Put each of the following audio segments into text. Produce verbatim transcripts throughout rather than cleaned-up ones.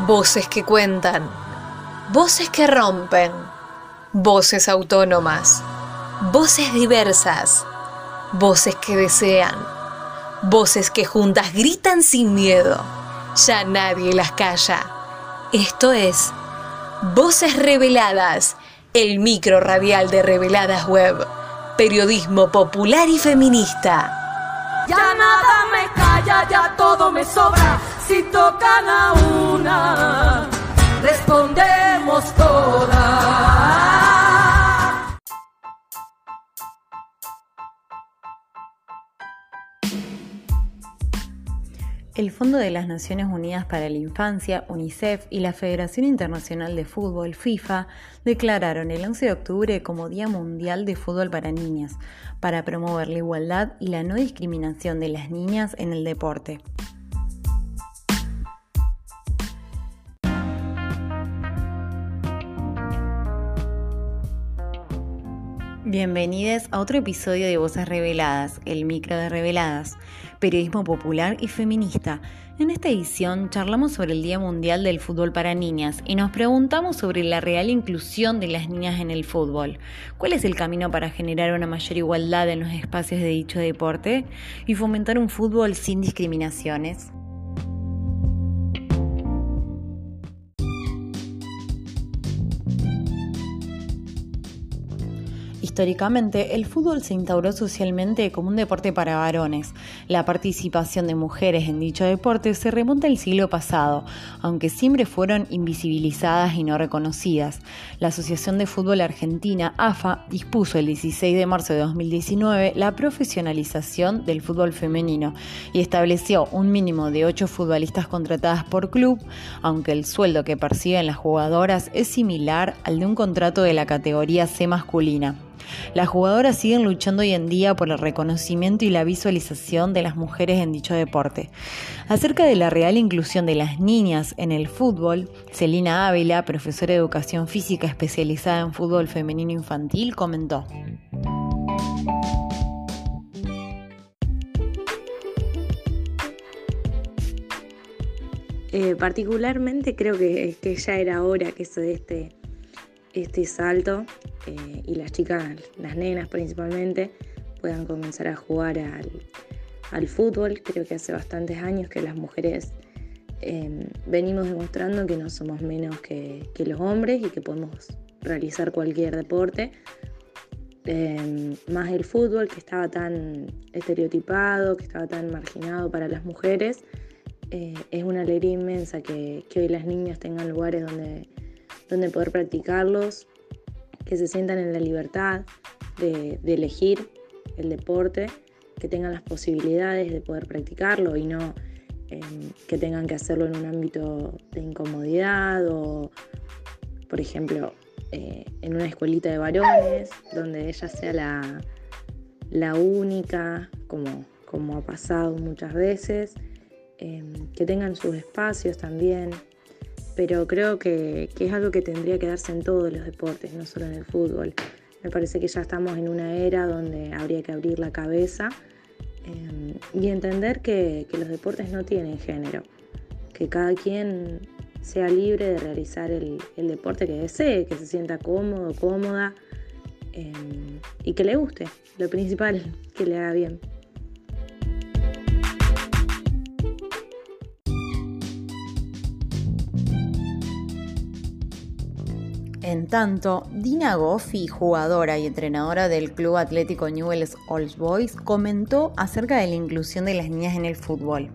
Voces que cuentan, voces que rompen, voces autónomas, voces diversas, voces que desean, voces que juntas gritan sin miedo. Ya nadie las calla. Esto es Voces Reveladas, el micro radial de Reveladas Web, periodismo popular y feminista. Ya nada me calla, ya todo me sobra. Si tocan a una, respondemos todas. El Fondo de las Naciones Unidas para la Infancia, UNICEF, y la Federación Internacional de Fútbol, FIFA, declararon el once de octubre como Día Mundial de Fútbol para Niñas, para promover la igualdad y la no discriminación de las niñas en el deporte. Bienvenidos a otro episodio de Voces Reveladas, el micro de Reveladas, periodismo popular y feminista. En esta edición charlamos sobre el Día Mundial del Fútbol para Niñas y nos preguntamos sobre la real inclusión de las niñas en el fútbol. ¿Cuál es el camino para generar una mayor igualdad en los espacios de dicho deporte y fomentar un fútbol sin discriminaciones? Históricamente, el fútbol se instauró socialmente como un deporte para varones. La participación de mujeres en dicho deporte se remonta al siglo pasado, aunque siempre fueron invisibilizadas y no reconocidas. La Asociación de Fútbol Argentina, A F A, dispuso el dieciséis de marzo de dos mil diecinueve la profesionalización del fútbol femenino y estableció un mínimo de ocho futbolistas contratadas por club, aunque el sueldo que perciben las jugadoras es similar al de un contrato de la categoría C masculina. Las jugadoras siguen luchando hoy en día por el reconocimiento y la visualización de las mujeres en dicho deporte. Acerca de la real inclusión de las niñas en el fútbol, Celina Ávila, profesora de educación física especializada en fútbol femenino infantil, comentó. Eh, particularmente creo que, que ya era hora que se dé este, este salto eh, y las chicas, las nenas principalmente, puedan comenzar a jugar al, al fútbol. Creo que hace bastantes años que las mujeres eh, venimos demostrando que no somos menos que, que los hombres y que podemos realizar cualquier deporte. Eh, más el fútbol, que estaba tan estereotipado, que estaba tan marginado para las mujeres. Eh, es una alegría inmensa que, que hoy las niñas tengan lugares donde, donde poder practicarlos, que se sientan en la libertad de, de elegir el deporte, que tengan las posibilidades de poder practicarlo y no eh, que tengan que hacerlo en un ámbito de incomodidad o, por ejemplo, eh, en una escuelita de varones, donde ella sea la, la única, como, como ha pasado muchas veces. Eh, que tengan sus espacios también, pero creo que, que es algo que tendría que darse en todos los deportes, no solo en el fútbol. Me parece que ya estamos en una era donde habría que abrir la cabeza eh, y entender que, que los deportes no tienen género, que cada quien sea libre de realizar el, el deporte que desee, que se sienta cómodo, cómoda eh, y que le guste, lo principal, que le haga bien. En tanto, Dina Goffi, jugadora y entrenadora del Club Atlético Newell's Old Boys, comentó acerca de la inclusión de las niñas en el fútbol.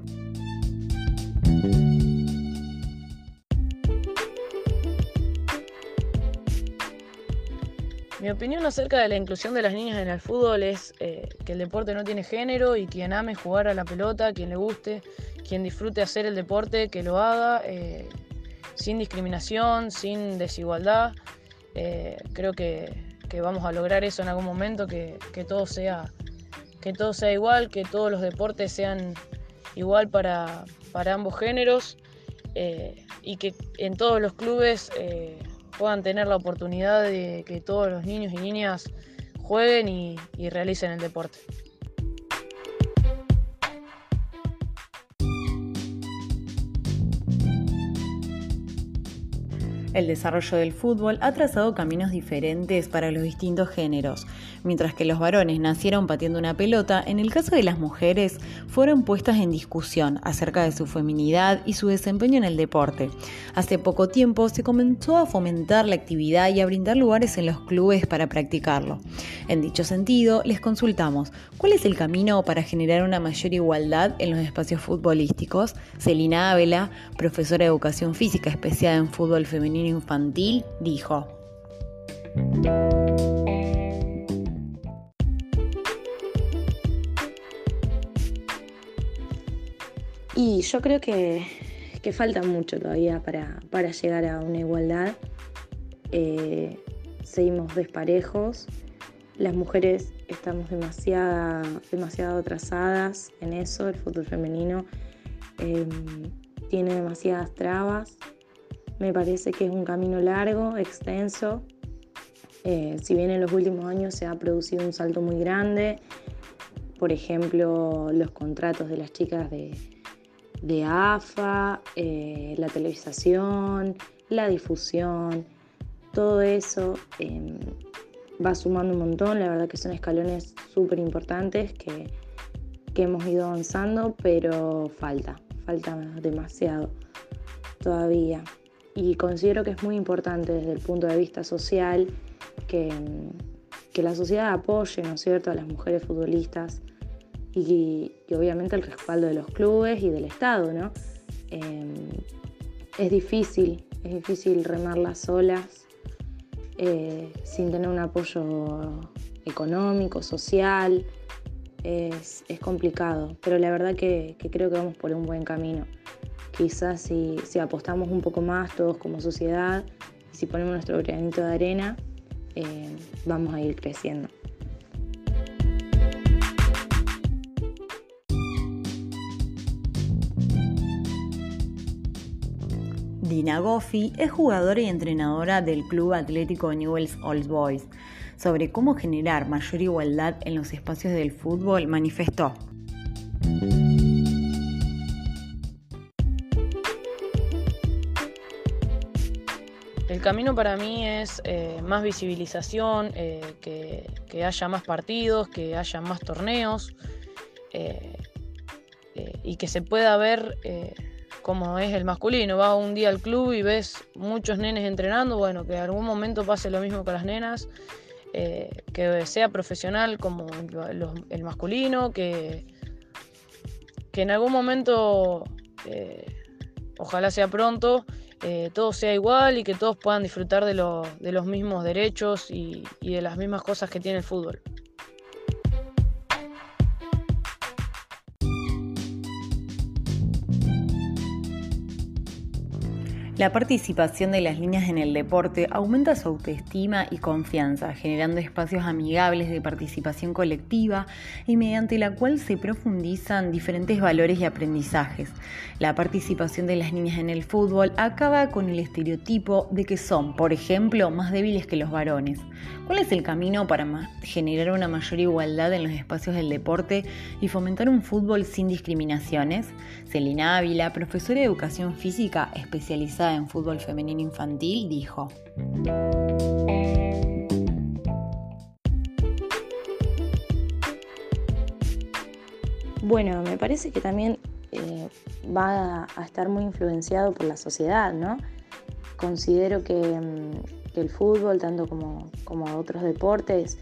Mi opinión acerca de la inclusión de las niñas en el fútbol es eh, que el deporte no tiene género y quien ame jugar a la pelota, quien le guste, quien disfrute hacer el deporte, que lo haga. Eh, sin discriminación, sin desigualdad. Eh, creo que, que vamos a lograr eso en algún momento, que, que, todo sea, que todo sea igual, que todos los deportes sean igual para, para ambos géneros eh, y que en todos los clubes eh, puedan tener la oportunidad de que todos los niños y niñas jueguen y, y realicen el deporte. El desarrollo del fútbol ha trazado caminos diferentes para los distintos géneros. Mientras que los varones nacieron pateando una pelota, en el caso de las mujeres fueron puestas en discusión acerca de su feminidad y su desempeño en el deporte. Hace poco tiempo se comenzó a fomentar la actividad y a brindar lugares en los clubes para practicarlo. En dicho sentido, les consultamos, ¿cuál es el camino para generar una mayor igualdad en los espacios futbolísticos? Celina Ávila, profesora de Educación Física especial en fútbol femenino infantil, dijo: Y yo creo que, que falta mucho todavía para, para llegar a una igualdad. Eh, seguimos desparejos. Las mujeres estamos demasiada, demasiado atrasadas en eso. El fútbol femenino eh, tiene demasiadas trabas. Me parece que es un camino largo, extenso. Eh, si bien en los últimos años se ha producido un salto muy grande, por ejemplo, los contratos de las chicas de, de A F A, eh, la televisación, la difusión, todo eso eh, va sumando un montón. La verdad que son escalones súper importantes que, que hemos ido avanzando, pero falta, falta demasiado todavía. Y considero que es muy importante desde el punto de vista social que, que la sociedad apoye, ¿no es cierto?, a las mujeres futbolistas y, y obviamente el respaldo de los clubes y del Estado, ¿no? Eh, es difícil, es difícil remarlas solas eh, sin tener un apoyo económico, social. Es, es complicado, pero la verdad que, que creo que vamos por un buen camino. Quizás si, si apostamos un poco más todos como sociedad y si ponemos nuestro granito de arena, eh, vamos a ir creciendo. Dina Goffi es jugadora y entrenadora del Club Atlético Newell's Old Boys. Sobre cómo generar mayor igualdad en los espacios del fútbol, manifestó: El camino para mí es eh, más visibilización, eh, que, que haya más partidos, que haya más torneos eh, eh, y que se pueda ver eh, cómo es el masculino. Vas un día al club y ves muchos nenes entrenando, bueno, que en algún momento pase lo mismo con las nenas, eh, que sea profesional como los, el masculino, que, que en algún momento, eh, ojalá sea pronto, Eh, todo sea igual y que todos puedan disfrutar de, lo, de los mismos derechos y, y de las mismas cosas que tiene el fútbol. La participación de las niñas en el deporte aumenta su autoestima y confianza, generando espacios amigables de participación colectiva y mediante la cual se profundizan diferentes valores y aprendizajes. La participación de las niñas en el fútbol acaba con el estereotipo de que son, por ejemplo, más débiles que los varones. ¿Cuál es el camino para generar una mayor igualdad en los espacios del deporte y fomentar un fútbol sin discriminaciones? Celina Ávila, profesora de Educación Física especializada en fútbol femenino infantil, dijo: Bueno, me parece que también eh, va a estar muy influenciado por la sociedad, ¿no? Considero que, que el fútbol, tanto como, como otros deportes,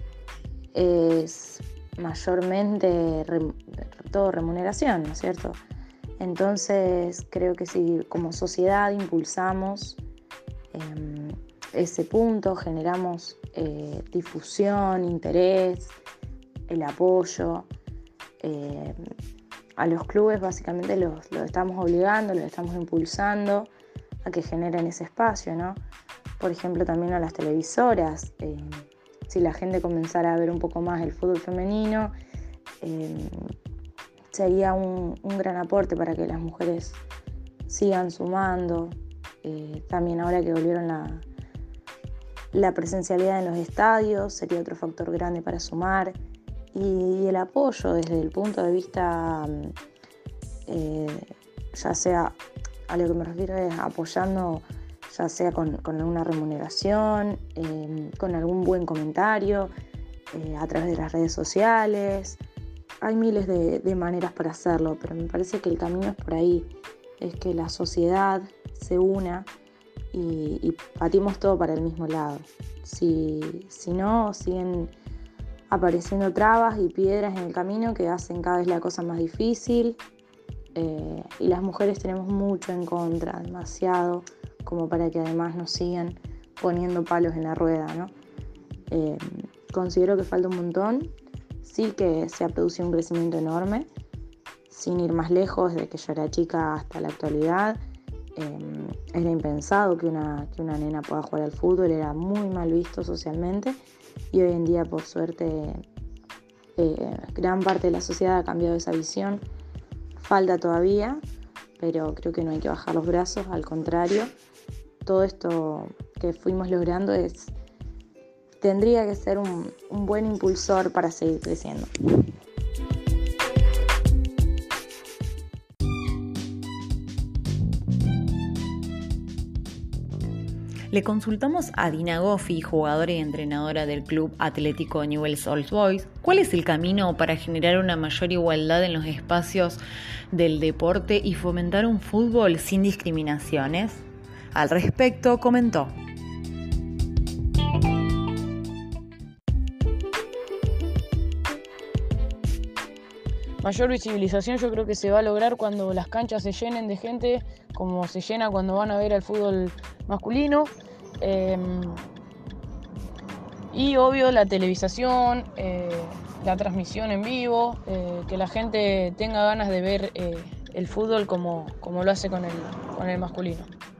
es mayormente re, todo remuneración, ¿no es cierto? Entonces creo que si como sociedad impulsamos eh, ese punto, generamos eh, difusión, interés, el apoyo, eh, a los clubes básicamente los, los estamos obligando, los estamos impulsando a que generen ese espacio, ¿no? Por ejemplo, también a las televisoras. Eh, si la gente comenzara a ver un poco más el fútbol femenino, eh, sería un, un gran aporte para que las mujeres sigan sumando. Eh, también ahora que volvieron la, la presencialidad en los estadios, sería otro factor grande para sumar. Y, y el apoyo desde el punto de vista, eh, ya sea, a lo que me refiero es apoyando ya sea con, con alguna remuneración, eh, con algún buen comentario, eh, a través de las redes sociales. Hay miles de, de maneras para hacerlo, pero me parece que el camino es por ahí, es que la sociedad se una y, y patimos todo para el mismo lado. Si, si no, siguen apareciendo trabas y piedras en el camino que hacen cada vez la cosa más difícil, eh, y las mujeres tenemos mucho en contra, demasiado, como para que además nos sigan poniendo palos en la rueda, ¿no? Eh, considero que falta un montón, sí que se ha producido un crecimiento enorme, sin ir más lejos, desde que yo era chica hasta la actualidad. Eh, era impensado que una, que una nena pueda jugar al fútbol, era muy mal visto socialmente, y hoy en día, por suerte, eh, gran parte de la sociedad ha cambiado esa visión. Falta todavía, pero creo que no hay que bajar los brazos, al contrario, todo esto que fuimos logrando es, tendría que ser un, un buen impulsor para seguir creciendo. Le consultamos a Dina Goffi, jugadora y entrenadora del Club Atlético Newell's Old Boys, cuál es el camino para generar una mayor igualdad en los espacios del deporte y fomentar un fútbol sin discriminaciones. Al respecto, comentó: Mayor visibilización yo creo que se va a lograr cuando las canchas se llenen de gente, como se llena cuando van a ver al fútbol masculino. Eh, y obvio la televisación, eh, la transmisión en vivo, eh, que la gente tenga ganas de ver eh, el fútbol como, como lo hace con el, con el masculino.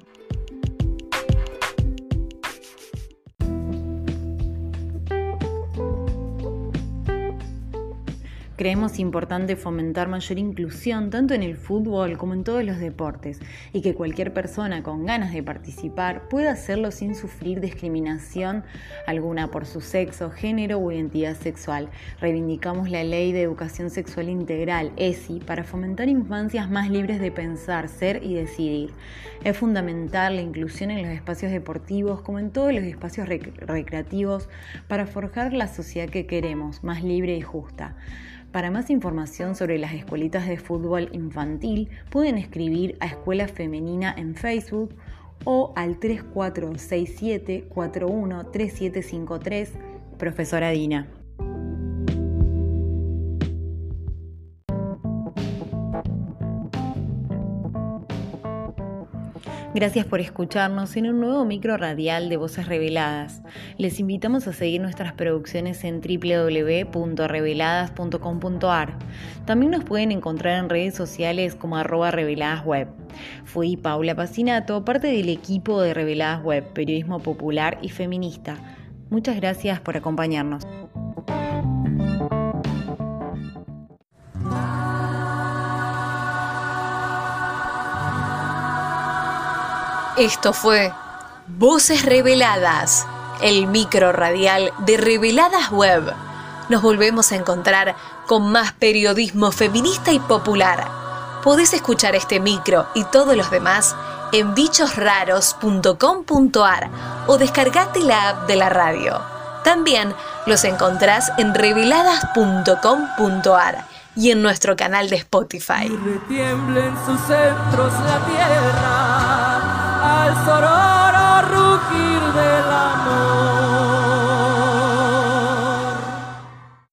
Creemos importante fomentar mayor inclusión tanto en el fútbol como en todos los deportes y que cualquier persona con ganas de participar pueda hacerlo sin sufrir discriminación alguna por su sexo, género o identidad sexual. Reivindicamos la Ley de Educación Sexual Integral, E S I, para fomentar infancias más libres de pensar, ser y decidir. Es fundamental la inclusión en los espacios deportivos como en todos los espacios rec- recreativos para forjar la sociedad que queremos, más libre y justa. Para más información sobre las escuelitas de fútbol infantil, pueden escribir a Escuela Femenina en Facebook o al tres cuatro seis siete cuatro uno tres siete cinco tres. Profesora Dina. Gracias por escucharnos en un nuevo micro radial de Voces Reveladas. Les invitamos a seguir nuestras producciones en doble u doble u doble u punto reveladas punto com punto a r. También nos pueden encontrar en redes sociales como arroba reveladasweb. Fui Paula Pacinato, parte del equipo de Reveladas Web, periodismo popular y feminista. Muchas gracias por acompañarnos. Esto fue Voces Reveladas, el micro radial de Reveladas Web. Nos volvemos a encontrar con más periodismo feminista y popular. Podés escuchar este micro y todos los demás en bichos raros punto com punto a r o descargate la app de la radio. También los encontrás en reveladas punto com punto a r y en nuestro canal de Spotify. Y retiembla en sus centros la tierra al soror.